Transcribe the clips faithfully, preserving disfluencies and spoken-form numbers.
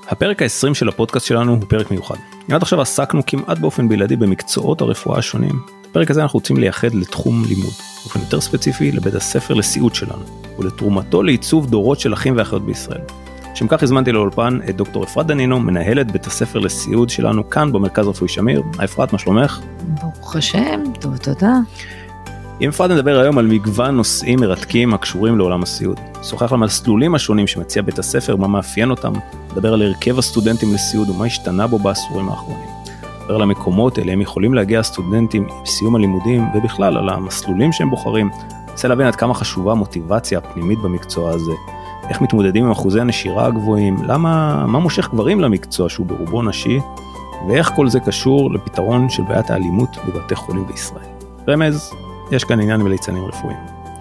הפרק ה-עשרים של הפודקאסט שלנו הוא פרק מיוחד. עד עכשיו עסקנו כמעט באופן בלעדי במקצועות הרפואה השונים. בפרק הזה אנחנו רוצים לייחד לתחום לימוד, באופן יותר ספציפי לבית הספר לסיעוד שלנו, ולתרומתו לעיצוב דורות של אחים ואחיות בישראל. לשם כך הזמנתי לאולפן את דוקטור אפרת דנינו, מנהלת בית הספר לסיעוד שלנו כאן במרכז רפואי שמיר. אפרת, מה שלומך? ברוך השם, טוב, תודה. עם אפרת נדבר היום על מגוון נושאים מרתקים הקשורים לעולם הסיעוד. שוחח על המסלולים השונים שמציע בית הספר, מה מאפיין אותם, נדבר על הרכב הסטודנטים לסיעוד ומה השתנה בו בעשורים האחרונים. נדבר על המקומות אליהם יכולים להגיע הסטודנטים בסיום הלימודים, ובכלל על המסלולים שהם בוחרים. ננסה להבין עד כמה חשובה המוטיבציה הפנימית במקצוע הזה. איך מתמודדים עם אחוזי הנשירה הגבוהים, למה, מה מושך גברים למקצוע שהוא ברובו נשי, ואיך כל זה קשור לפתרון של בעיית האלימות בבתי חולים בישראל. רמז, יש כאן עניין וליצנים רפואיים.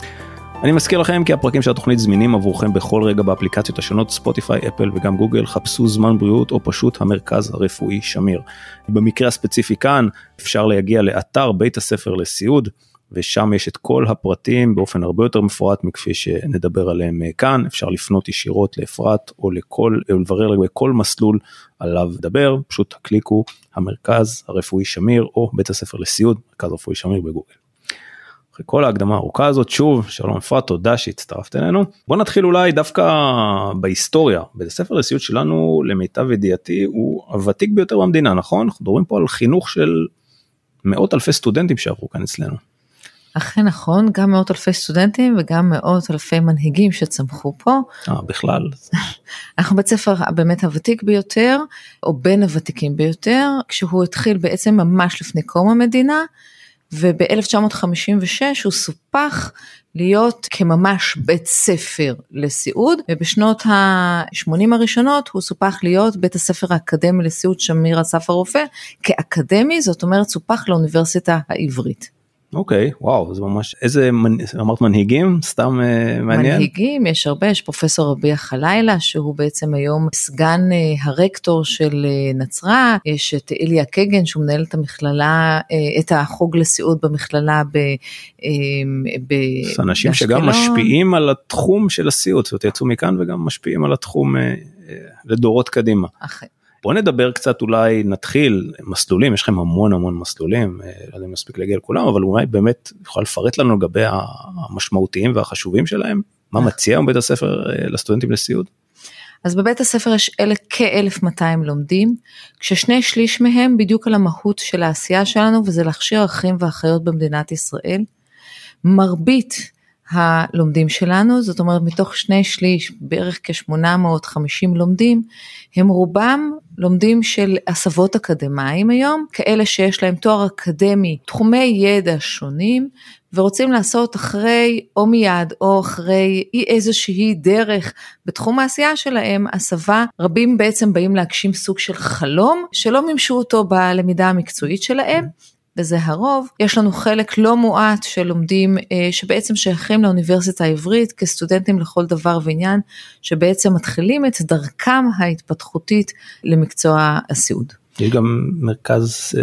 אני מזכיר לכם כי הפרקים של התוכנית זמינים עבורכם בכל רגע באפליקציות השונות, ספוטיפיי, אפל וגם גוגל. חפשו זמן בריאות או פשוט המרכז הרפואי שמיר. במקרה הספציפי כאן אפשר להגיע לאתר בית הספר לסיעוד, ושם יש את כל הפרטים באופן הרבה יותר מפורט מכפי שנדבר עליהם כאן. אפשר לפנות ישירות לאפרת או לכל, או לברר לגבי כל מסלול עליו לדבר. פשוט תקליקו המרכז הרפואי שמיר או בית הספר לסיעוד, מרכז הרפואי שמיר בגוגל. אחרי כל ההקדמה הארוכה הזאת, שוב, שלום אפרת, תודה שהצטרפת אלינו. בוא נתחיל אולי דווקא בהיסטוריה. בית הספר לסיעוד שלנו, למיטב ידיעתי, הוא הוותיק ביותר במדינה, נכון? אנחנו מדברים פה על חינוך של מאות אלפי סטודנטים שעברו כאן אצלנו. אכן נכון, גם מאות אלפי סטודנטים וגם מאות אלפי מנהיגים שצמחו פה. אה, בכלל. אנחנו בית ספר באמת הוותיק ביותר, או בין הוותיקים ביותר, כשהוא התחיל בעצם ממש לפני קום המדינה, וב-אלף תשע מאות חמישים ושש הוא סופח להיות כממש בית ספר לסיעוד, ובשנות ה-שמונים הראשונות הוא סופח להיות בית הספר האקדמי לסיעוד שמיר אסף הרופא, כאקדמי, זאת אומרת סופח לאוניברסיטה העברית. אוקיי, וואו, זה ממש, איזה, אמרת מנהיגים? סתם uh, מעניין? מנהיגים, יש הרבה, יש פרופסור רביע חלילה, שהוא בעצם היום סגן uh, הרקטור של uh, נצרה, יש את איליה קגן, שהוא מנהל את המכללה, uh, את החוג לסיעוד במכללה ב... Uh, אנשים שגם משפיעים על התחום של הסיעוד, זאת אומרת, יצאו מכאן וגם משפיעים על התחום uh, uh, לדורות קדימה. אחרי. בוא נדבר קצת, אולי נתחיל, מסלולים, יש לכם המון המון מסלולים, לא יודע אם מספיק להגיע לכולם, אבל אולי באמת יכולה לפרט לנו לגבי המשמעותיים והחשובים שלהם, מה מציע בית הספר לסטודנטים לסיעוד? אז בבית הספר יש כ-אלף מאתיים לומדים, כששני שליש מהם בדיוק על המהות של העשייה שלנו, וזה להכשיר אחים ואחיות במדינת ישראל. מרבית הלומדים שלנו, זאת אומרת מתוך שני שליש, בערך כ-שמונה מאות וחמישים לומדים, הם רובם לומדים של הסבות אקדמיים היום, כאלה שיש להם תואר אקדמי, תחומי ידע שונים, ורוצים לעשות אחרי או מיד או אחרי איזושהי דרך בתחום העשייה שלהם, הסבה. רבים בעצם באים להגשים סוג של חלום, שלא מימשו אותו בלמידה המקצועית שלהם, וזה הרוב. יש לנו חלק לא מועט של לומדים שבעצם שייכים לאוניברסיטה העברית כסטודנטים לכל דבר ועניין, שבעצם מתחילים את דרכם ההתפתחותית למקצוע הסיעוד. יש גם מרכז,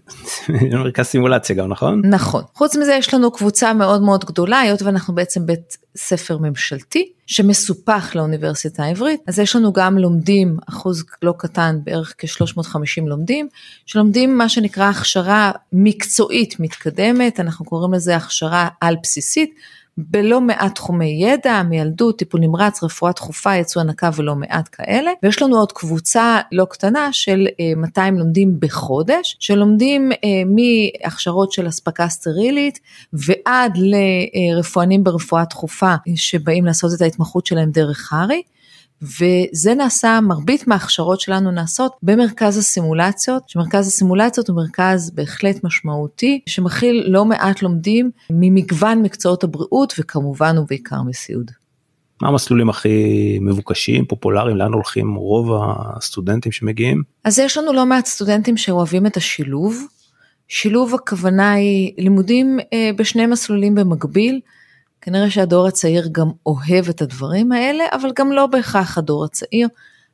מרכז סימולציה גם, נכון? נכון. חוץ מזה יש לנו קבוצה מאוד מאוד גדולה, היות ואנחנו בעצם בית ספר ממשלתי, שמסופח לאוניברסיטה העברית, אז יש לנו גם לומדים, אחוז לא קטן, בערך כ-שלוש מאות וחמישים לומדים, שלומדים מה שנקרא הכשרה מקצועית מתקדמת, אנחנו קוראים לזה הכשרה על בסיסית, בלא מעט תחומי ידע, מילדות, טיפול נמרץ, רפואה דחופה, יצוא הנקה ולא מעט כאלה, ויש לנו עוד קבוצה לא קטנה של מאתיים לומדים בחודש, שלומדים מהכשרות של הספקה סטרילית, ועד לרפואנים ברפואה דחופה, שבאים לעשות את ההתמחות שלהם דרך הרי, וזה נעשה, מרבית מההכשרות שלנו נעשות במרכז הסימולציות, שמרכז הסימולציות הוא מרכז בהחלט משמעותי, שמכיל לא מעט לומדים ממגוון מקצועות הבריאות, וכמובן ובעיקר מסיעוד. מה המסלולים הכי מבוקשים, פופולריים, לאן הולכים רוב הסטודנטים שמגיעים? אז יש לנו לא מעט סטודנטים שאוהבים את השילוב, שילוב הכוונה היא לימודים בשני מסלולים במקביל, כנראה שהדור הצעיר גם אוהב את הדברים האלה, אבל גם לא בהכרח הדור הצעיר,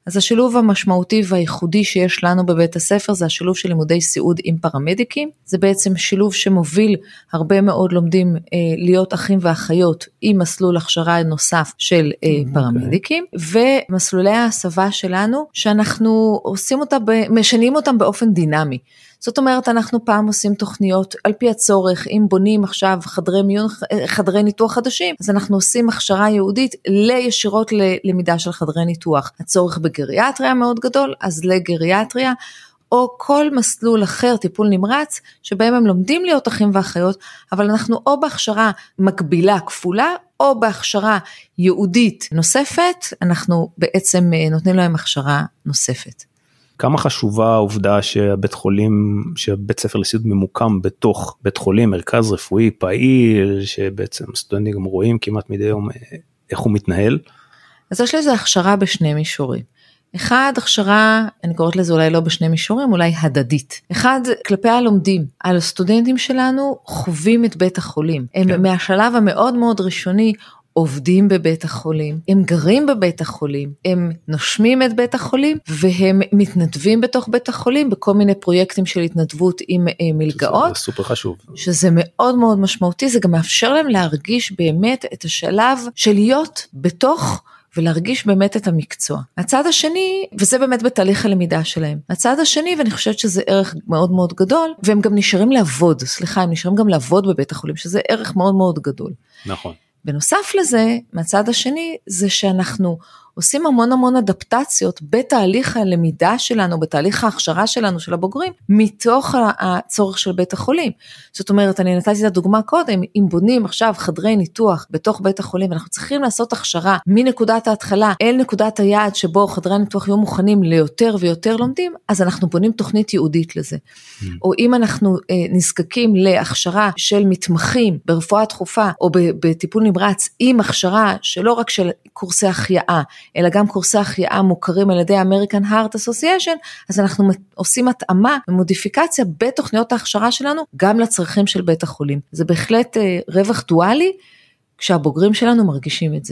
אז השילוב המשמעותי והייחודי שיש לנו בבית הספר, זה השילוב של לימודי סיעוד עם פרמדיקים, זה בעצם שילוב שמוביל הרבה מאוד לומדים אה, להיות אחים ואחיות, עם מסלול הכשרה נוסף של אה, okay. פרמדיקים, ומסלולי ההסבה שלנו, שאנחנו עושים אותה, משנים אותם באופן דינמי, זאת אומרת, אנחנו פעם עושים תוכניות על פי הצורך, אם בונים עכשיו חדרי מיון, חדרי ניתוח חדשים, אז אנחנו עושים הכשרה יהודית לישירות ללמידה של חדרי ניתוח. הצורך בגריאטריה מאוד גדול, אז לגריאטריה, או כל מסלול אחר, טיפול נמרץ, שבהם הם לומדים להיות אחים ואחיות, אבל אנחנו או בהכשרה מקבילה כפולה, או בהכשרה יהודית נוספת, אנחנו בעצם נותנים להם הכשרה נוספת. כמה חשובה העובדה שהבית חולים, שהבית ספר לסיעוד ממוקם בתוך בית חולים, מרכז רפואי פעיל, שבעצם סטודנטים גם רואים כמעט מדי יום איך הוא מתנהל? אז יש לזה הכשרה בשני מישורים. אחד, הכשרה, אני קוראת לזה אולי לא בשני מישורים, אולי הדדית. אחד, כלפי הלומדים, על הסטודנטים שלנו חווים את בית החולים. הם כן. מהשלב המאוד מאוד ראשוני, עובדים בבית החולים, הם גרים בבית החולים, הם נושמים את בית החולים, והם מתנדבים בתוך בית החולים, בכל מיני פרויקטים של התנדבות עם מלגאות. זה סופר חשוב. שזה מאוד מאוד משמעותי, זה גם מאפשר להם להרגיש באמת את השלב של להיות בתוך, ולהרגיש באמת את המקצוע. הצד השני, וזה באמת בתהליך הלמידה שלהם, הצד השני, ואני חושבת שזה ערך מאוד מאוד גדול, והם גם נשארים לעבוד, סליחה, הם נשארים גם לעבוד בבית החולים, שזה ערך מאוד מאוד גדול. נכון. בנוסף לזה, מהצד השני, זה שאנחנו עושים המון המון אדפטציות בתהליך הלמידה שלנו, בתהליך ההכשרה שלנו של הבוגרים, מתוך הצורך של בית החולים. זאת אומרת, אני נתתי את הדוגמה קודם, אם בונים עכשיו חדרי ניתוח בתוך בית החולים, אנחנו צריכים לעשות הכשרה מנקודת ההתחלה אל נקודת היעד שבו חדרי הניתוח יהיו מוכנים ליותר ויותר לומדים, אז אנחנו בונים תוכנית ייעודית לזה. Mm. או אם אנחנו אה, נזקקים להכשרה של מתמחים ברפואה דחופה, או בטיפול נמרץ, עם הכשרה שלא רק של קורסי החייאה, אלא גם קורסי החייאה מוכרים על ידי American Heart Association, אז אנחנו עושים התאמה ומודיפיקציה בתוכניות ההכשרה שלנו, גם לצרכים של בית החולים. זה בהחלט אה, רווח דואלי, כשהבוגרים שלנו מרגישים את זה.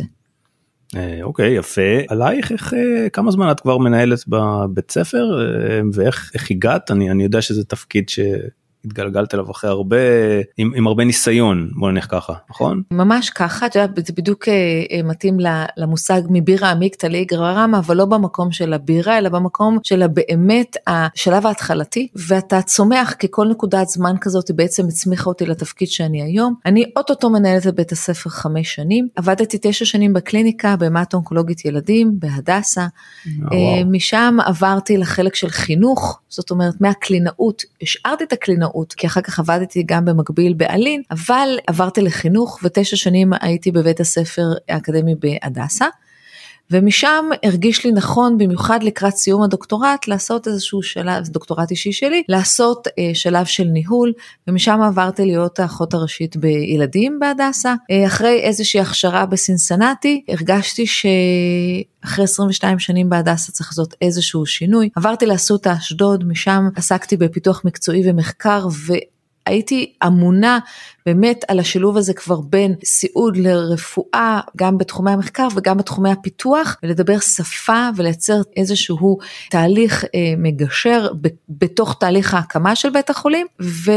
אוקיי, יפה. עלייך, איך, כמה זמן את כבר מנהלת בבית ספר, ואיך איך הגעת? אני, אני יודע שזה תפקיד ש... התגלגלת אליו אחרי הרבה, עם, עם הרבה ניסיון, בוא נלך ככה, נכון? ממש ככה, זה בדיוק מתאים למושג מבירה עמיקתא לאיגרא רמא, אבל לא במקום של הבירה, אלא במקום של באמת השלב ההתחלתי, ואתה צומח ככל נקודת זמן כזאת, בעצם הצמיחה אותי לתפקיד שאני היום. אני אוטוטו מנהלת בבית הספר חמש שנים, עבדתי תשע שנים בקליניקה, בהמטו-אונקולוגית ילדים, בהדסה, משם עברתי לחלק של חינוך, זאת אומרת, מהקלינאות, השארתי את הקלינאות, כי אחר כך עבדתי גם במקביל בעלין, אבל עברתי לחינוך, ותשע שנים הייתי בבית הספר האקדמי בהדסה, ומשם הרגיש לי נכון, במיוחד לקראת סיום הדוקטורט, לעשות איזשהו שלב, דוקטורט אישי שלי, לעשות אה, שלב של ניהול, ומשם עברתי להיות האחות הראשית בילדים בהדסה. אה, אחרי איזושהי הכשרה בסינסנטי, הרגשתי שאחרי עשרים ושתיים שנים בהדסה צריך לעשות איזשהו שינוי. עברתי לאסותא אשדוד, משם עסקתי בפיתוח מקצועי ומחקר, ו... הייתי אמונה באמת על השילוב הזה כבר בין סיעוד לרפואה, גם בתחומי המחקר וגם בתחומי הפיתוח, ולדבר שפה ולייצר איזשהו תהליך אה, מגשר ב- בתוך תהליך ההקמה של בית החולים,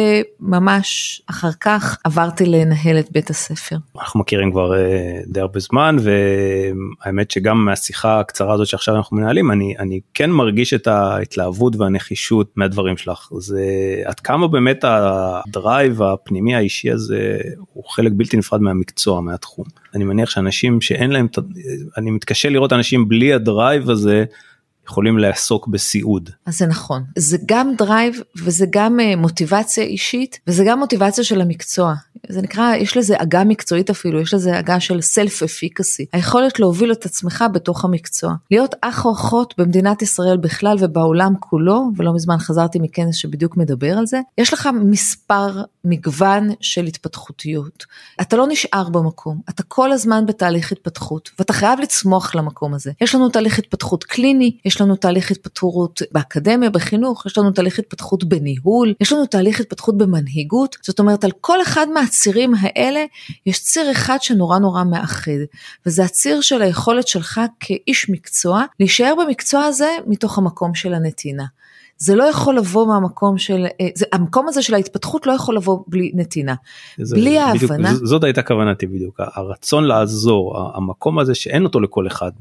וממש אחר כך עברתי לנהל את בית הספר. אנחנו מכירים כבר אה, די הרבה זמן, והאמת שגם מהשיחה הקצרה הזאת שעכשיו אנחנו מנהלים, אני, אני כן מרגיש את ההתלהבות והנחישות מהדברים שלך. זה עד כמה באמת ה... הדרייב הפנימי האישי הזה הוא חלק בלתי נפרד מהמקצוע, מהתחום. אני מניח שאנשים שאין להם, אני מתקשה לראות אנשים בלי הדרייב הזה, יכולים לעסוק בסיעוד. אז זה נכון. זה גם דרייב, וזה גם מוטיבציה אישית, וזה גם מוטיבציה של המקצוע. זה נקרא, יש לזה הגה מקצועית אפילו, יש לזה הגה של self-efficacy. היכולת להוביל את עצמך בתוך המקצוע. להיות אח או אחות במדינת ישראל בכלל ובעולם כולו, ולא מזמן חזרתי מכנס שבדיוק מדבר על זה, יש לך מספר מגוון של התפתחותיות. אתה לא נשאר במקום, אתה כל הזמן בתהליך התפתחות, ואתה חייב לצמוח למקום הזה. יש לנו תהליך התפתחות קליני, יש יש לנו תהליך התפתחות באקדמיה, בחינוך, יש לנו תהליך התפתחות בניהול, יש לנו תהליך התפתחות במנהיגות, זאת אומרת על כל אחד מהצירים האלה, יש ציר אחד שנורא נורא מאחד, וזה הציר של היכולת שלך כאיש מקצוע, להישאר במקצוע הזה מתוך המקום של הנתינה. זה לא יכול לבוא מהמקום של, זה, המקום הזה של ההתפתחות לא יכול לבוא בלי נתינה, זה, בלי ההבנה. בדיוק, זאת הייתה כוונתי בדיוק, הרצון לעזור, המקום הזה שאין אותו לכל אחד,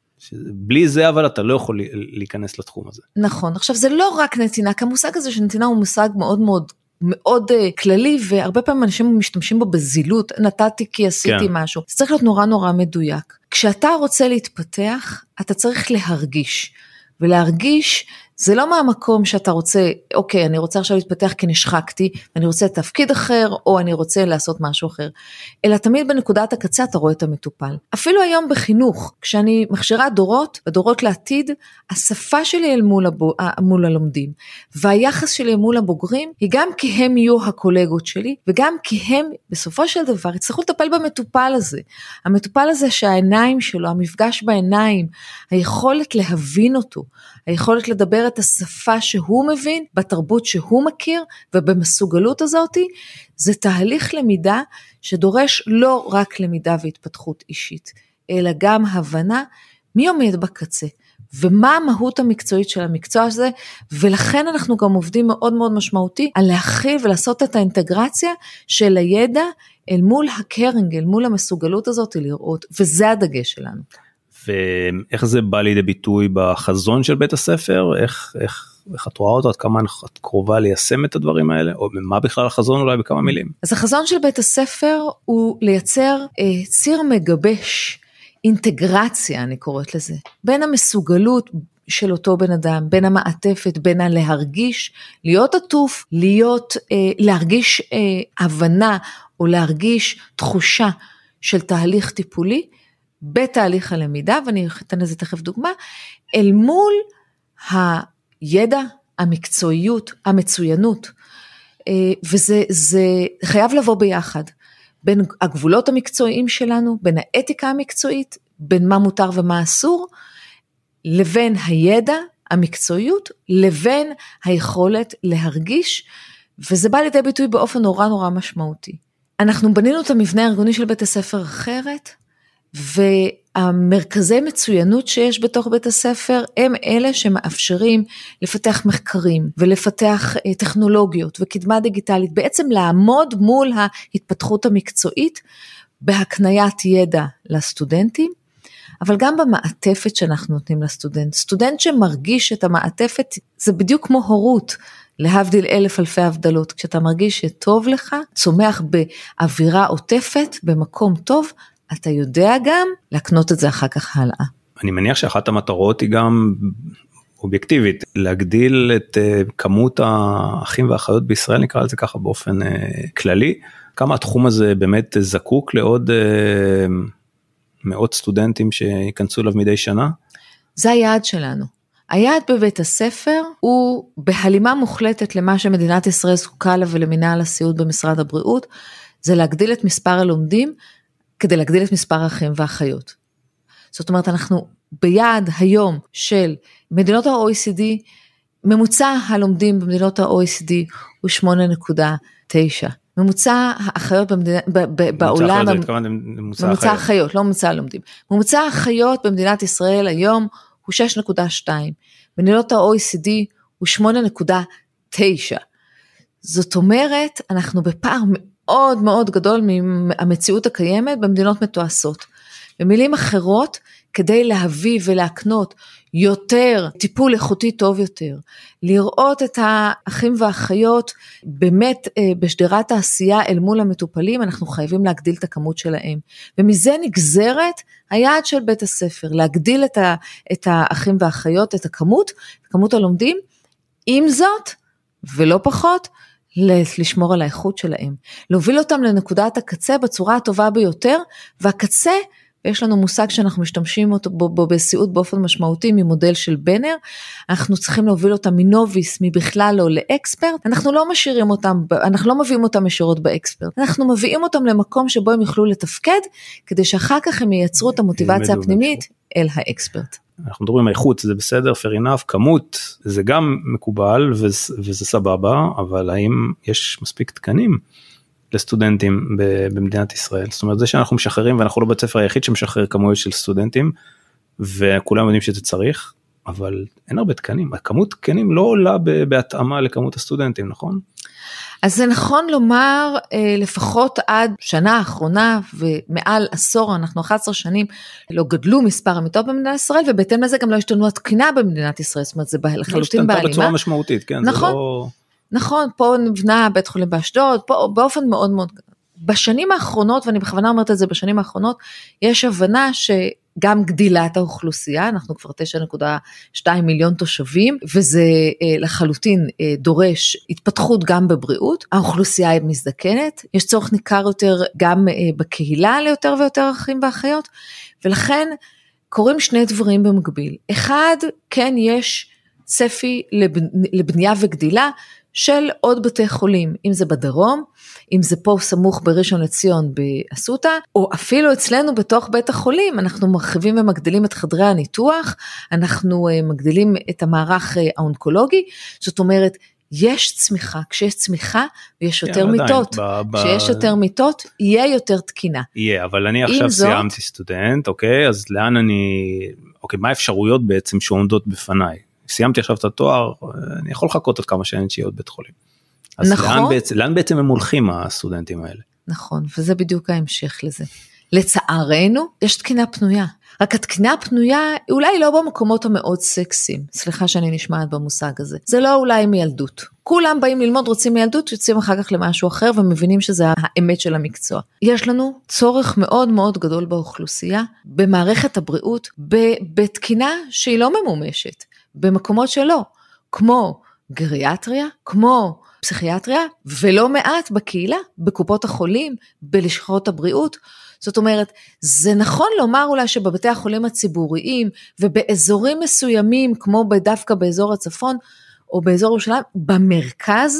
בלי זה אבל אתה לא יכול להיכנס לתחום הזה. נכון, עכשיו זה לא רק נתינה, כי המושג הזה של נתינה הוא מושג מאוד מאוד, מאוד uh, כללי, והרבה פעמים אנשים משתמשים בו בזילות, נתתי כי עשיתי כן. משהו, זה צריך להיות נורא נורא מדויק. כשאתה רוצה להתפתח, אתה צריך להרגיש, ולהרגיש זה לא מהמקום שאתה רוצה, אוקיי, אני רוצה עכשיו להתפתח כי נשחקתי, אני רוצה תפקיד אחר, או אני רוצה לעשות משהו אחר, אלא תמיד בנקודת הקצה אתה רואה את המטופל. אפילו היום בחינוך, כשאני מכשירה דורות, ודורות לעתיד, השפה שלי אל מול, הבו, מול הלומדים, והיחס שלי אל מול הבוגרים, היא גם כי הם יהיו הקולגות שלי, וגם כי הם בסופו של דבר יצטרכו לטפל במטופל הזה. המטופל הזה שהעיניים שלו, המפגש בעיניים, היכולת להבין אותו, היכולת לדבר את השפה שהוא מבין, בתרבות שהוא מכיר, ובמסוגלות הזאת, זה תהליך למידה שדורש לא רק למידה והתפתחות אישית, אלא גם הבנה מי עומד בקצה, ומה המהות המקצועית של המקצוע הזה, ולכן אנחנו גם עובדים מאוד מאוד משמעותי, על להכיל ולעשות את האינטגרציה של הידע, אל מול הקרינג, אל מול המסוגלות הזאת לראות, וזה הדגש שלנו. ואיך זה בא לידי ביטוי בחזון של בית הספר, איך, איך, איך את רואה אותו, עד כמה את קרובה ליישם את הדברים האלה, או מה בכלל החזון אולי בכמה מילים? אז החזון של בית הספר הוא לייצר אה, ציר מגבש, אינטגרציה אני קוראת לזה, בין המסוגלות של אותו בן אדם, בין המעטפת, בין הלהרגיש, להיות עטוף, להיות, אה, להרגיש אה, הבנה, או להרגיש תחושה של תהליך טיפולי, בתהליך הלמידה, ואני אתן לזה תכף דוגמה, אל מול הידע, המקצועיות, המצוינות, וזה זה חייב לבוא ביחד, בין הגבולות המקצועיים שלנו, בין האתיקה המקצועית, בין מה מותר ומה אסור, לבין הידע, המקצועיות, לבין היכולת להרגיש, וזה בא לידי ביטוי באופן נורא נורא משמעותי. אנחנו בנינו את המבנה הארגוני של בית הספר אחרת, והמרכזי מצוינות שיש בתוך בית הספר, הם אלה שמאפשרים לפתח מחקרים, ולפתח טכנולוגיות, וקדמה דיגיטלית, בעצם לעמוד מול ההתפתחות המקצועית, בהקניית ידע לסטודנטים, אבל גם במעטפת שאנחנו נותנים לסטודנט. סטודנט שמרגיש את המעטפת, זה בדיוק כמו הורות, להבדיל אלף אלפי הבדלות, כשאתה מרגיש שטוב לך, צומח באווירה עוטפת, במקום טוב, אתה יודע גם להקנות את זה אחר כך הלאה. אני מניח שאחת המטרות היא גם אובייקטיבית, להגדיל את כמות האחים והאחיות בישראל, נקרא לזה ככה באופן כללי, כמה התחום הזה באמת זקוק לעוד מאות סטודנטים שיכנסו אליו מדי שנה? זה היעד שלנו. היעד בבית הספר הוא בהלימה מוחלטת למה שמדינת ישראל זקוקה לה ולמינהל הסיעוד במשרד הבריאות, זה להגדיל את מספר הלומדים, כדי להגדיל את מספר האחים והאחיות. זאת אומרת, אנחנו ביעד היום של מדינות ה-או אי סי די, ממוצע הלומדים במדינות ה-או אי סי די הוא שמונה נקודה תשע. ממוצע האחיות במדינה, בעולם, ממוצע האחיות, לא ממוצע הלומדים. ממוצע האחיות במדינת ישראל היום הוא שש נקודה שתיים. במדינות ה-או אי סי די הוא שמונה נקודה תשע. זאת אומרת, אנחנו בפער מאוד מאוד גדול מהמציאות הקיימת במדינות מתועשות. במילים אחרות, כדי להביא ולהקנות יותר טיפול איכותי טוב יותר, לראות את האחים והאחיות באמת בשדרת העשייה אל מול המטופלים, אנחנו חייבים להגדיל את הכמות שלהם. ומזה נגזרת היעד של בית הספר, להגדיל את, ה, את האחים והאחיות, את הכמות, כמות הלומדים, עם זאת, ולא פחות, לשמור על האיכות שלהם, להוביל אותם לנקודת הקצה בצורה הטובה ביותר, והקצה, ויש לנו מושג שאנחנו משתמשים בו, בו בסיעוד באופן משמעותי, ממודל של בנר, אנחנו צריכים להוביל אותם מנוביס, מבכלל לא לאקספרט, אנחנו לא משאירים אותם, אנחנו לא מביאים אותם ישירות באקספרט, אנחנו מביאים אותם למקום שבו הם יוכלו לתפקד, כדי שאחר כך הם ייצרו את המוטיבציה הפנימית אל האקספרט. אנחנו מדברים איכות, זה בסדר, fair enough, כמות, זה גם מקובל וזה, וזה סבבה, אבל האם יש מספיק תקנים לסטודנטים במדינת ישראל? זאת אומרת, זה שאנחנו משחררים, ואנחנו לא בית ספר היחיד שמשחרר כמויות של סטודנטים, וכולם יודעים שזה צריך, אבל אין הרבה תקנים, הכמות תקנים לא עולה בהתאמה לכמות הסטודנטים, נכון? אז זה נכון לומר, לפחות עד שנה האחרונה, ומעל עשור, אנחנו אחת עשרה שנים, לא גדלו מספר המיטות במדינת ישראל, ובהתאם לזה גם לא השתנו התקינה במדינת ישראל, זאת אומרת, זה לחלוטין בהלימה. בצורה משמעותית, כן, נכון, זה לא... נכון, פה נבנה בית חולים באשדוד, פה באופן מאוד מאוד... בשנים האחרונות, ואני בכוונה אומרת את זה בשנים האחרונות, יש הבנה שגם גדילת האוכלוסייה, אנחנו כבר תשע נקודה שתיים מיליון תושבים, וזה אה, לחלוטין אה, דורש התפתחות גם בבריאות, האוכלוסייה היא מזדקנת, יש צורך ניכר יותר גם אה, בקהילה ליותר ויותר אחים ואחיות, ולכן קורים שני דברים במקביל. אחד, כן יש צפי לבנייה וגדילה, של עוד בתי חולים, אם זה בדרום, אם זה פה סמוך בראשון לציון באסותא, או אפילו אצלנו בתוך בית החולים, אנחנו מרחיבים ומגדילים את חדרי הניתוח, אנחנו מגדילים את המערך האונקולוגי, זאת אומרת, יש צמיחה, כשיש צמיחה ויש יותר מיטות, כשיש יותר מיטות, יהיה יותר תקינה. יהיה, אבל אני עכשיו סיימתי סטודנט, אוקיי, אז לאן אני, אוקיי, מה האפשרויות בעצם שעומדות בפניי? סיימתי עכשיו את התואר, אני יכול לחכות עוד כמה שנים שיהיה עוד בית חולים. אז נכון. לאן בעצם, לאן בעצם הם הולכים הסטודנטים האלה? נכון, וזה בדיוק ההמשך לזה. לצערנו, יש תקינה פנויה. רק התקינה הפנויה, אולי לא במקומות המאוד סקסיים, סליחה שאני נשמעת במושג הזה. זה לא אולי מילדות. כולם באים ללמוד, רוצים מילדות, יוצאים אחר כך למשהו אחר, ומבינים שזה האמת של המקצוע. יש לנו צורך מאוד מאוד גדול באוכלוסייה, במערכת הבריאות, בתקינה שהיא לא ממומשת. במקומות שלא, כמו גריאטריה, כמו פסיכיאטריה, ולא מעט בקהילה, בקופות החולים, בלשכות הבריאות. זאת אומרת, זה נכון לומר אולי שבבתי החולים הציבוריים, ובאזורים מסוימים, כמו דווקא באזור הצפון, או באזור ירושלים, במרכז,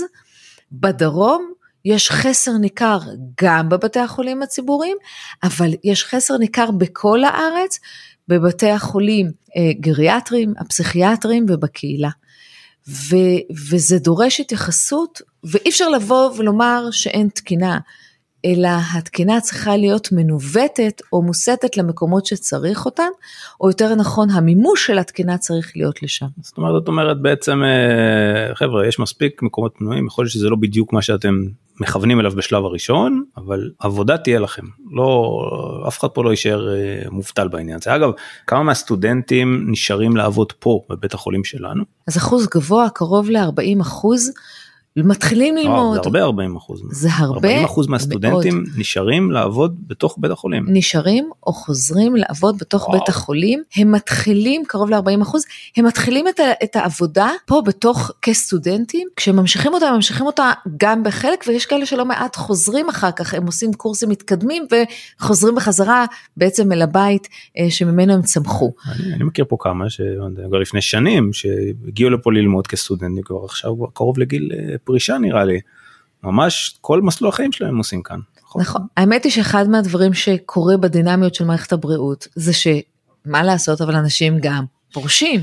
בדרום, יש חסר ניכר גם בבתי החולים הציבוריים, אבל יש חסר ניכר בכל הארץ, בבתי החולים גריאטריים, הפסיכיאטריים ובקהילה. ו, וזה דורש התייחסות, ואי אפשר לבוא ולומר שאין תקינה, אלא התקינה צריכה להיות מנווטת או מוסתת למקומות שצריך אותן, או יותר נכון, המימוש של התקינה צריך להיות לשם. זאת אומרת, זאת אומרת בעצם, חבר'ה, יש מספיק מקומות פנויים, יכול להיות שזה לא בדיוק מה שאתם מכוונים אליו בשלב הראשון, אבל עבודה תהיה לכם. לא, אף אחד פה לא יישאר מובטל בעניין. זה אגב, כמה מהסטודנטים נשארים לעבוד פה בבית החולים שלנו? אז אחוז גבוה, קרוב ל-ארבעים אחוז, מתחילים ללמוד. זה הרבה ארבעים אחוז. זה הרבה ארבעים אחוז מהסטודנטים נשארים לעבוד בתוך בית החולים. נשארים או חוזרים לעבוד בתוך בית החולים, הם מתחילים, קרוב ל-ארבעים אחוז, הם מתחילים את, את העבודה פה בתוך כסטודנטים, כשהם ממשיכים אותה, הם ממשיכים אותה גם בחלק, ויש כאלה שלא מעט חוזרים אחר כך, הם עושים קורסים מתקדמים, וחוזרים בחזרה בעצם אל הבית שממנו הם צמחו. אני, אני מכיר פה כמה, שכבר לפני שנים, שהגיעו לפה ללמוד כסטודנטים, כבר עכשיו קרוב לגיל פרישה נראה לי, ממש כל מסלול החיים שלהם עושים כאן. נכון, האמת היא שאחד מהדברים שקורה בדינמיות של מערכת הבריאות, זה שמה לעשות, אבל אנשים גם פורשים,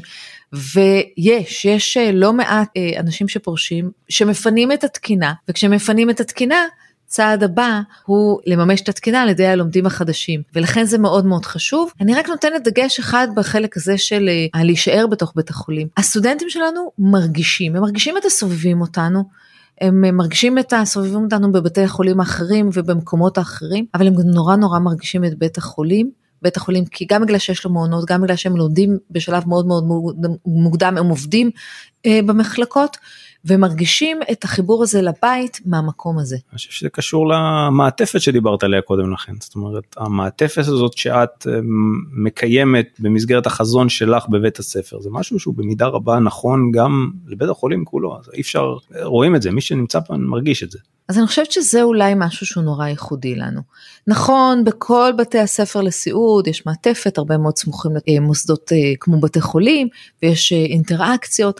ויש, יש לא מעט אנשים שפורשים, שמפנים את התקינה, וכשמפנים את התקינה, צעד הבא הוא לממש את התקינה על ידי הלומדים החדשים, ולכן זה מאוד מאוד חשוב. אני רק נותנת דגש אחד בחלק הזה של להישאר בתוך בית החולים. הסטודנטים שלנו מרגישים, הם מרגישים את הסובבים אותנו, הם מרגישים את הסובבים אותנו בבתי החולים האחרים ובמקומות האחרים, אבל הם נורא נורא מרגישים את בית החולים, בית החולים, כי גם בגלל שיש לו מעונות, גם בגלל שהם לומדים בשלב מאוד מאוד מוקדם, הם עובדים במחלקות, ומרגישים את החיבור הזה לבית מהמקום הזה. אני חושב שזה קשור למעטפת שדיברת עליה קודם לכן, זאת אומרת, המעטפת הזאת שאת מקיימת במסגרת החזון שלך בבית הספר, זה משהו שהוא במידה רבה נכון גם לבית החולים כולו, אז אי אפשר, רואים את זה, מי שנמצא פה מרגיש את זה. אז אני חושבת שזה אולי משהו שהוא נורא ייחודי לנו. נכון, בכל בתי הספר לסיעוד יש מעטפת, הרבה מאוד סמוכים למוסדות כמו בתי חולים, ויש אינטראקציות,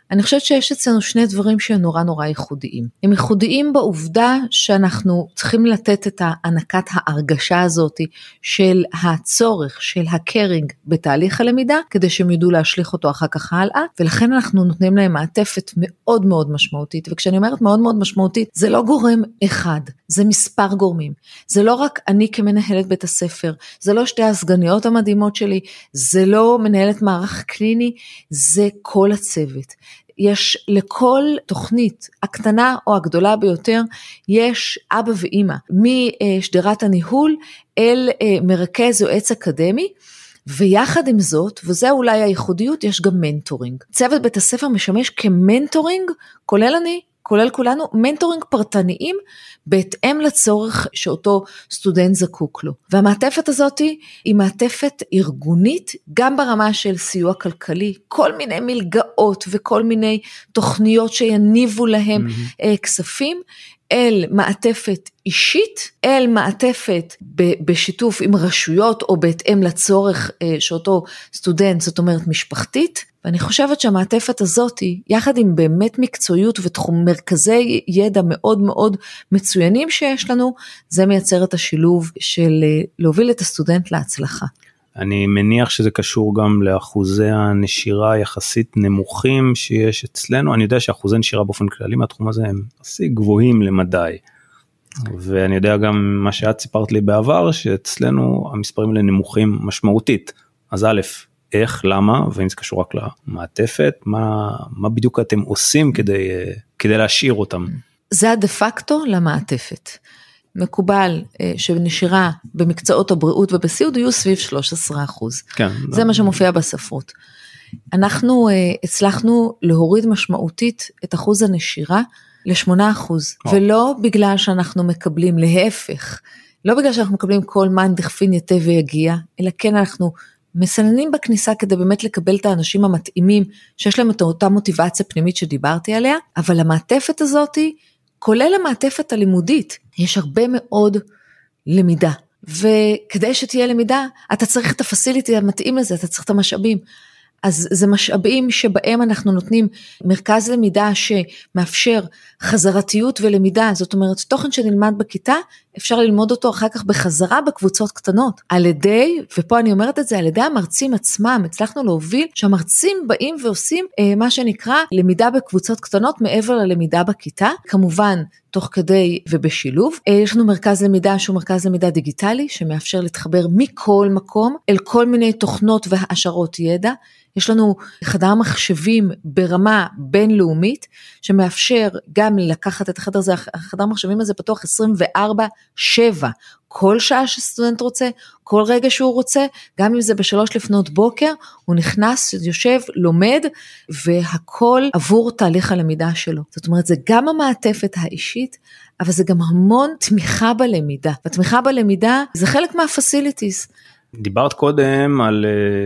אני חושבת שיש אצלנו שני דברים שהם נורא נורא ייחודיים. הם ייחודיים בעובדה שאנחנו צריכים לתת את הענקת ההרגשה הזאת של הצורך, של הקרינג בתהליך הלמידה, כדי שהם ידעו להשליך אותו אחר כך הלאה, ולכן אנחנו נותנים להם מעטפת מאוד מאוד משמעותית, וכשאני אומרת מאוד מאוד משמעותית, זה לא גורם אחד, זה מספר גורמים. זה לא רק אני כמנהלת בית הספר, זה לא שתי הסגניות המדהימות שלי, זה לא מנהלת מערך קליני, זה כל הצוות. יש לכל תוכנית, הקטנה או הגדולה ביותר, יש אבא ואמא, משדרת הניהול אל מרכז יועץ אקדמי, ויחד עם זאת, וזה אולי הייחודיות, יש גם מנטורינג. צוות בית הספר משמש כמנטורינג, כולל אני, כולל כולנו, מנטורינג פרטניים, בהתאם לצורך שאותו סטודנט זקוק לו. והמעטפת הזאת היא מעטפת ארגונית, גם ברמה של סיוע כלכלי, כל מיני מלגאות וכל מיני תוכניות שיניבו להם mm-hmm. כספים, אל מעטפת אישית, אל מעטפת בשיתוף עם רשויות, או בהתאם לצורך שאותו סטודנט, זאת אומרת משפחתית, ואני חושבת שהמעטפת הזאת, יחד עם באמת מקצועיות ותחום מרכזי ידע מאוד מאוד מצוינים שיש לנו, זה מייצר את השילוב של להוביל את הסטודנט להצלחה. אני מניח שזה קשור גם לאחוזי הנשירה יחסית נמוכים שיש אצלנו, אני יודע שאחוזי נשירה באופן כללי מהתחום הזה הם עשי גבוהים למדי, ואני יודע גם מה שאת סיפרת לי בעבר, שאצלנו המספרים האלה נמוכים משמעותית, אז א', איך, למה, ואם זה קשור רק למעטפת, מה, מה בדיוק אתם עושים כדי, כדי להשאיר אותם? זה הדה פקטו למעטפת. מקובל שנשירה במקצועות הבריאות ובסיעוד יהיו סביב שלושה עשר אחוז. כן. זה מה שמופיע בספרות. אנחנו הצלחנו להוריד משמעותית את אחוז הנשירה ל-שמונה אחוז, ולא בגלל שאנחנו מקבלים להפך, לא בגלל שאנחנו מקבלים כל מן דכפין יתה ויגיע, אלא כן אנחנו מסננים בכניסה כדי באמת לקבל את האנשים המתאימים, שיש להם את אותה מוטיבציה פנימית שדיברתי עליה, אבל המעטפת הזאת, כולל המעטפת הלימודית, יש הרבה מאוד למידה, וכדי שתהיה למידה, אתה צריך את הפסיליטי המתאים לזה, אתה צריך את המשאבים, אז זה משאבים שבהם אנחנו נותנים מרכז למידה שמאפשר חזרתיות ולמידה, זאת אומרת תוכן שנלמד בכיתה, אפשר ללמוד אותו אחר כך בחזרה בקבוצות קטנות, על ידי, ופה אני אומרת את זה, על ידי המרצים עצמם, הצלחנו להוביל שהמרצים באים ועושים אה, מה שנקרא למידה בקבוצות קטנות מעבר ללמידה בכיתה, כמובן תוך כדי ובשילוב, אה, יש לנו מרכז למידה שהוא מרכז למידה דיגיטלי, שמאפשר להתחבר מכל מקום אל כל מיני תוכנות והעשרות ידע, יש לנו חדר מחשבים ברמה בינלאומית, שמאפשר גם לקחת את החדר הזה, החדר מחשבים הזה פתוח עשרים וארבע שבע, כל שעה שסטודנט רוצה, כל רגע שהוא רוצה, גם אם זה בשלוש לפנות בוקר, הוא נכנס, יושב, לומד, והכל עבור תהליך הלמידה שלו. זאת אומרת, זה גם המעטפת האישית, אבל זה גם המון תמיכה בלמידה, והתמיכה בלמידה זה חלק מהפסיליטיז. דיברת קודם על,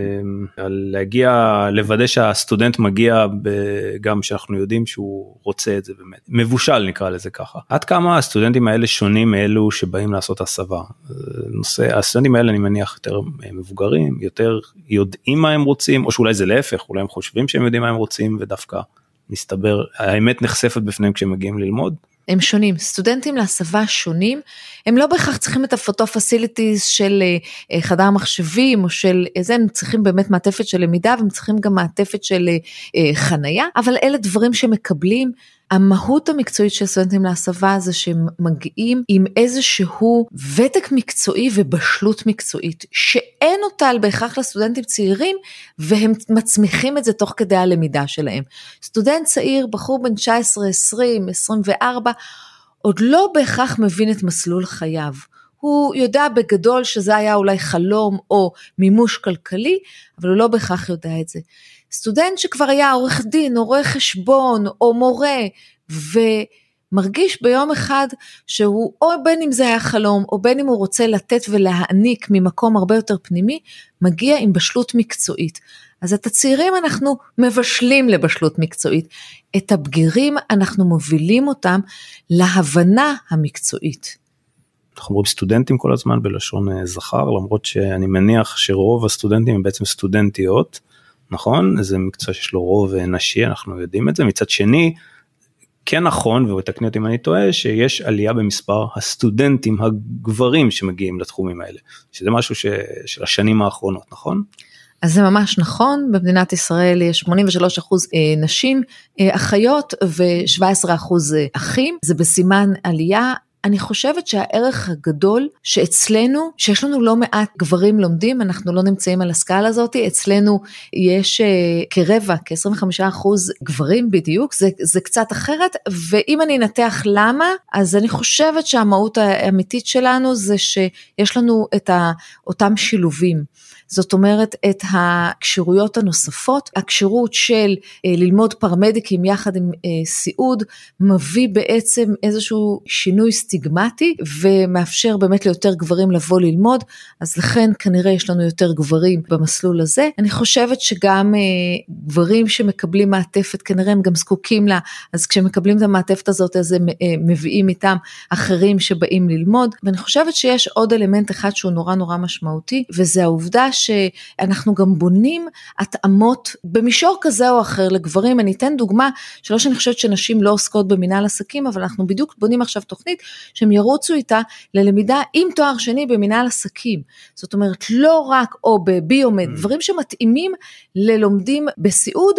על להגיע, לוודא שהסטודנט מגיע גם שאנחנו יודעים שהוא רוצה את זה באמת. מבושל נקרא לזה ככה. עד כמה הסטודנטים האלה שונים מאלו שבאים לעשות הסבה? נושא, הסטודנטים האלה אני מניח יותר מבוגרים, יותר יודעים מה הם רוצים, או שאולי זה להפך, אולי הם חושבים שהם יודעים מה הם רוצים, ודווקא מסתבר, האמת נחשפת בפניהם כשהם מגיעים ללמוד. הם שונים, סטודנטים להסבה שונים, הם לא בהכרח צריכים את הפוטו פסיליטיז של חדר מחשבים, או של איזה, הם צריכים באמת מעטפת של למידה, והם צריכים גם מעטפת של חנייה, אבל אלה דברים שמקבלים, המהות המקצועית של סטודנטים להסבה, זה שהם מגיעים עם איזשהו ותק מקצועי ובשלות מקצועית, שאין אותה על בהכרח לסטודנטים צעירים, והם מצמיחים את זה תוך כדי הלמידה שלהם. סטודנט צעיר, בחור בן תשע עשרה, עשרים, עשרים וארבע, עוד לא בהכרח מבין את מסלול חייו. הוא יודע בגדול שזה היה אולי חלום או מימוש כלכלי, אבל הוא לא בהכרח יודע את זה. סטודנט שכבר היה עורך דין, עורך חשבון או מורה, ומרגיש ביום אחד שהוא, או בין אם זה היה חלום, או בין אם הוא רוצה לתת ולהעניק ממקום הרבה יותר פנימי, מגיע עם בשלות מקצועית. אז את הצעירים אנחנו מבשלים לבשלות מקצועית, את הבגירים אנחנו מובילים אותם להבנה המקצועית. אנחנו אומרים סטודנטים כל הזמן בלשון זכר, למרות שאני מניח שרוב הסטודנטים הם בעצם סטודנטיות, נכון? זה מקצוע שיש לו רוב נשי, אנחנו יודעים את זה. מצד שני, כן נכון, ותקני אותי אם אני טועה, שיש עלייה במספר הסטודנטים הגברים שמגיעים לתחומים האלה, שזה משהו ש... של השנים האחרונות, נכון? אז זה ממש נכון, במדינת ישראל יש שמונים ושלושה אחוז נשים, אחיות ו-שבעה עשר אחוז אחים, זה בסימן עלייה. אני חושבת שהערך הגדול שאצלנו, שיש לנו לא מעט גברים לומדים, אנחנו לא נמצאים על הסקאלה הזאת, אצלנו יש כרבע, כ-עשרים וחמישה אחוז גברים בדיוק, זה, זה קצת אחרת, ואם אני אנתח למה, אז אני חושבת שהמהות האמיתית שלנו, זה שיש לנו את אותם שילובים, זאת אומרת את הקשירויות הנוספות, הקשירות של ללמוד פרמדיקים יחד עם סיעוד, מביא בעצם איזשהו שינוי סטיגמטי, ומאפשר באמת ליותר גברים לבוא ללמוד, אז לכן כנראה יש לנו יותר גברים במסלול הזה. אני חושבת שגם גברים שמקבלים מעטפת, כנראה הם גם זקוקים לה, אז כשמקבלים את המעטפת הזאת, אז הם מביאים איתם אחרים שבאים ללמוד, ואני חושבת שיש עוד אלמנט אחד שהוא נורא נורא משמעותי, וזה העובדה שאנחנו גם בונים התאמות במישור כזה או אחר לגברים. אני אתן דוגמה, שלא שאני חושבת שנשים לא עוסקות במנהל עסקים, אבל אנחנו בדיוק בונים עכשיו תוכנית, שהם ירוצו איתה ללמידה עם תואר שני במנהל עסקים, זאת אומרת לא רק או בביומד, דברים שמתאימים ללומדים בסיעוד,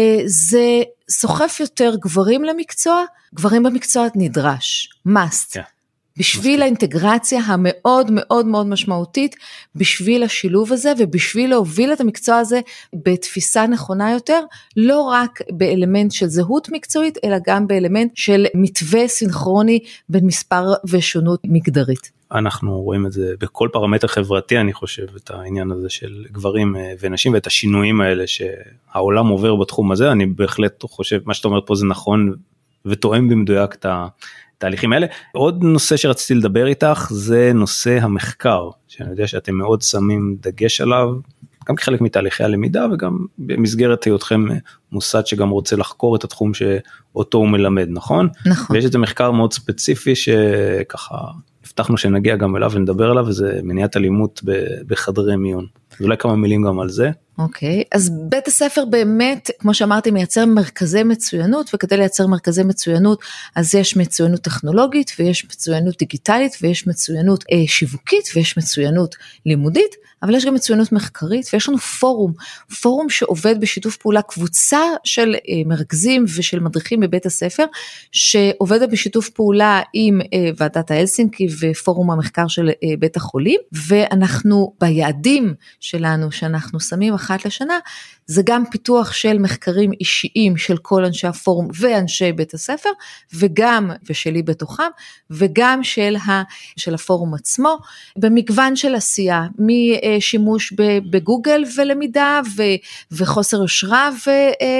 זה סוחף יותר גברים למקצוע, גברים במקצוע נדרש, must. Yeah. בשביל האינטגרציה המאוד מאוד מאוד משמעותית, בשביל השילוב הזה, ובשביל להוביל את המקצוע הזה בתפיסה נכונה יותר, לא רק באלמנט של זהות מקצועית, אלא גם באלמנט של מתווה סינכרוני בין מספר ושונות מגדרית. אנחנו רואים את זה בכל פרמטר חברתי, אני חושב, את העניין הזה של גברים ונשים, ואת השינויים האלה שהעולם עובר בתחום הזה. אני בהחלט חושב, מה שאתה אומר פה זה נכון, ותואם במדויק את ה... תהליכים האלה. עוד נושא שרציתי לדבר איתך, זה נושא המחקר, שאני יודע שאתם מאוד שמים דגש עליו, גם כחלק מתהליכי הלמידה, וגם במסגרת היותכם מוסד שגם רוצה לחקור את התחום שאותו הוא מלמד, נכון? נכון. ויש איזה מחקר מאוד ספציפי, שככה הבטחנו שנגיע גם אליו ונדבר עליו, וזה מניעת אלימות בחדרי מיון. ואולי כמה מילים גם על זה. אוקיי, אז בית הספר באמת, כמו שאמרתי, מייצר מרכזי מצוינות, וכדי לייצר מרכזי מצוינות, אז יש מצוינות טכנולוגית, ויש מצוינות דיגיטלית, ויש מצוינות אה, שיווקית, ויש מצוינות לימודית, אבל יש גם מצוינות מחקרית, ויש לנו פורום, פורום שעובד בשיתוף פעולה, קבוצה של אה, מרכזים ושל מדריכים בבית הספר, שעובדת בשיתוף פעולה עם אה, ועדת ההלסינקי, ופורום המחקר של אה, בית החולים, ואנחנו ביעדים שלנו, שאנחנו שמים אחת לשנה, זה גם פיתוח של מחקרים אישיים של כל אנשי הפורום ואנשי בית הספר, וגם, ושלי בתוכם, וגם של, ה, של הפורום עצמו, במגוון של עשייה, משימוש בגוגל ולמידה, ו, וחוסר יושרה ו,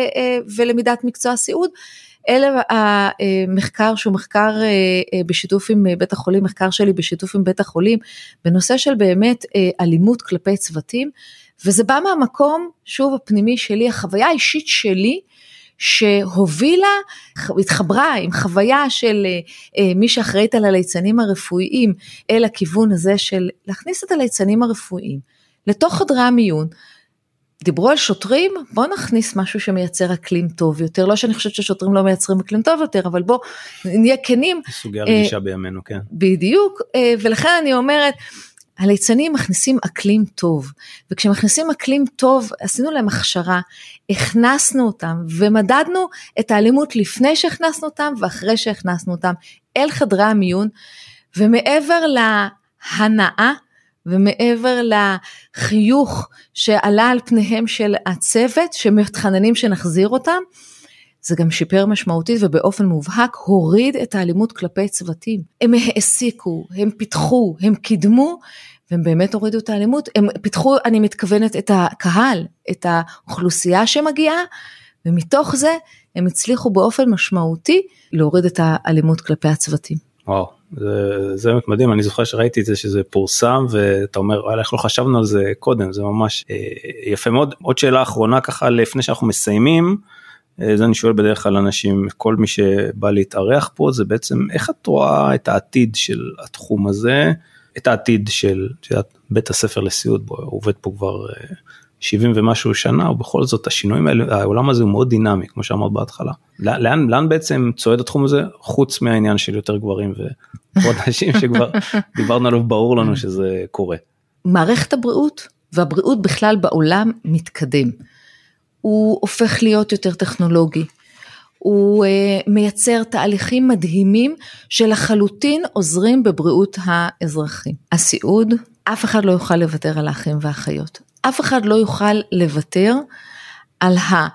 ולמידת מקצוע סיעוד, אלה המחקר שהוא מחקר בשיתוף עם בית החולים, מחקר שלי בשיתוף עם בית החולים, בנושא של באמת אלימות כלפי צוותים, וזה בא מהמקום, שוב הפנימי שלי, החוויה האישית שלי, שהובילה, התחברה עם חוויה של מי שאחראית על הליצנים הרפואיים, אל הכיוון הזה של להכניס את הליצנים הרפואיים, לתוך חדרי המיון, דיברו על שוטרים, בוא נכניס משהו שמייצר אקלים טוב יותר, לא שאני חושבת ששוטרים לא מייצרים אקלים טוב יותר, אבל בוא נהיה כנים. סוגיה רגישה בימינו, כן. בדיוק, ולכן אני אומרת, הליצנים מכניסים אקלים טוב, וכשמכניסים אקלים טוב, עשינו להם הכשרה, הכנסנו אותם, ומדדנו את האלימות לפני שהכנסנו אותם, ואחרי שהכנסנו אותם, אל חדרי המיון, ומעבר להנאה, ומעבר לחיוך שעלה על פניהם של הצוות, שמתחננים שנחזיר אותם, זה גם שיפר משמעותית ובאופן מובהק, הוריד את האלימות כלפי צוותים. הם העסיקו, הם פיתחו, הם קידמו, והם באמת הורידו את האלימות. הם פיתחו, אני מתכוונת, את הקהל, את האוכלוסייה שמגיעה, ומתוך זה הם הצליחו באופן משמעותי להוריד את האלימות כלפי הצוותים. וואו, זה, זה מדהים, אני זוכר שראיתי את זה שזה פורסם, ואתה אומר, איך לא חשבנו על זה קודם, זה ממש אה, יפה מאוד. עוד שאלה אחרונה ככה, לפני שאנחנו מסיימים, זה אני שואל בדרך כלל אנשים, כל מי שבא להתארח פה, זה בעצם איך את רואה את העתיד של התחום הזה, את העתיד של בית הספר לסיעוד, בו עובד פה כבר שבעים ומשהו שנה, ובכל זאת השינויים האלה, העולם הזה הוא מאוד דינמי, כמו שאמרת בהתחלה. לאן, לאן בעצם צועד התחום הזה, חוץ מהעניין של יותר גברים ועוד אנשים שכבר דיברנו עליו, ברור לנו שזה קורה. מערכת הבריאות, והבריאות בכלל בעולם מתקדם. הוא הופך להיות יותר טכנולוגי. הוא uh, מייצר תהליכים מדהימים שלחלוטין עוזרים בבריאות האזרחים. הסיעוד, אף אחד לא יוכל לוותר על האחים והאחיות. אף אחד לא יוכל לוותר על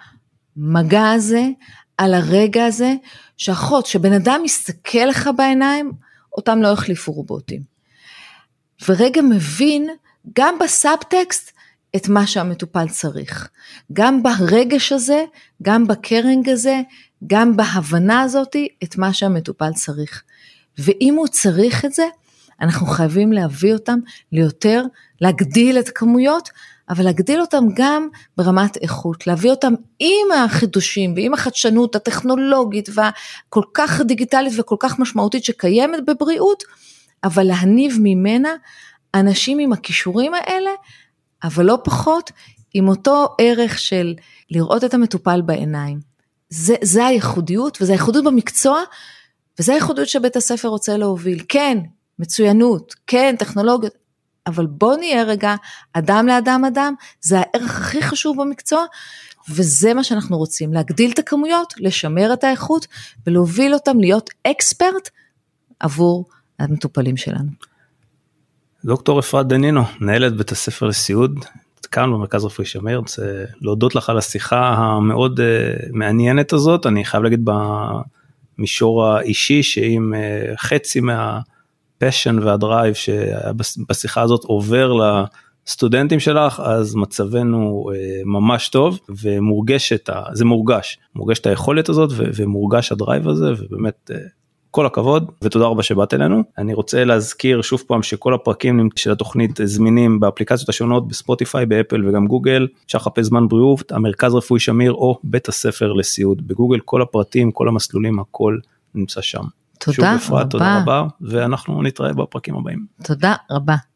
המגע הזה, על הרגע הזה, שאחות, שבן אדם מסתכל לך בעיניים, אותם לא יחליפו רובוטים. ורגע מבין, גם בסאבטקסט, את מה שהמטופל צריך. גם ברגש הזה, גם בקרינג הזה, גם בהבנה הזאת, את מה שהמטופל צריך. ואם הוא צריך את זה, אנחנו חייבים להביא אותם ליותר, להגדיל את הכמויות, אבל להגדיל אותם גם ברמת איכות, להביא אותם עם החידושים ועם החדשנות הטכנולוגית והכל כך דיגיטלית וכל כך משמעותית שקיימת בבריאות, אבל להניב ממנה אנשים עם הכישורים האלה, אבל לא פחות עם אותו ערך של לראות את המטופל בעיניים. זה, זה הייחודיות, וזה הייחודיות במקצוע, וזה הייחודיות שבית הספר רוצה להוביל. כן, מצוינות, כן, טכנולוגיות, אבל בוא נהיה רגע, אדם לאדם אדם, זה הערך הכי חשוב במקצוע, וזה מה שאנחנו רוצים, להגדיל את הכמויות, לשמר את האיכות, ולהוביל אותם להיות אקספרט, עבור המטופלים שלנו. דוקטור אפרת דנינו, מנהלת בית הספר לסיעוד, כאן במרכז רפואי שמיר, רוצה להודות לך על השיחה המאוד uh, מעניינת הזאת, אני חייב להגיד במישור האישי, שאם uh, חצי מהפשן והדרייב שבשיחה הזאת עובר לסטודנטים שלך, אז מצבנו uh, ממש טוב, ומורגשת, זה מורגש, מורגשת היכולת הזאת, ו- ומורגש הדרייב הזה, ובאמת uh, כל הכבוד, ותודה רבה שבאת אלינו. אני רוצה להזכיר שוב פעם שכל הפרקים של התוכנית זמינים באפליקציות השונות, בספוטיפיי, באפל וגם גוגל, אפשר לחפש זמן בריאות, המרכז רפואי שמיר או בית הספר לסיעוד. בגוגל כל הפרטים, כל המסלולים, הכל נמצא שם. תודה שוב רבה. אפרת, תודה רבה, ואנחנו נתראה בפרקים הבאים. תודה רבה.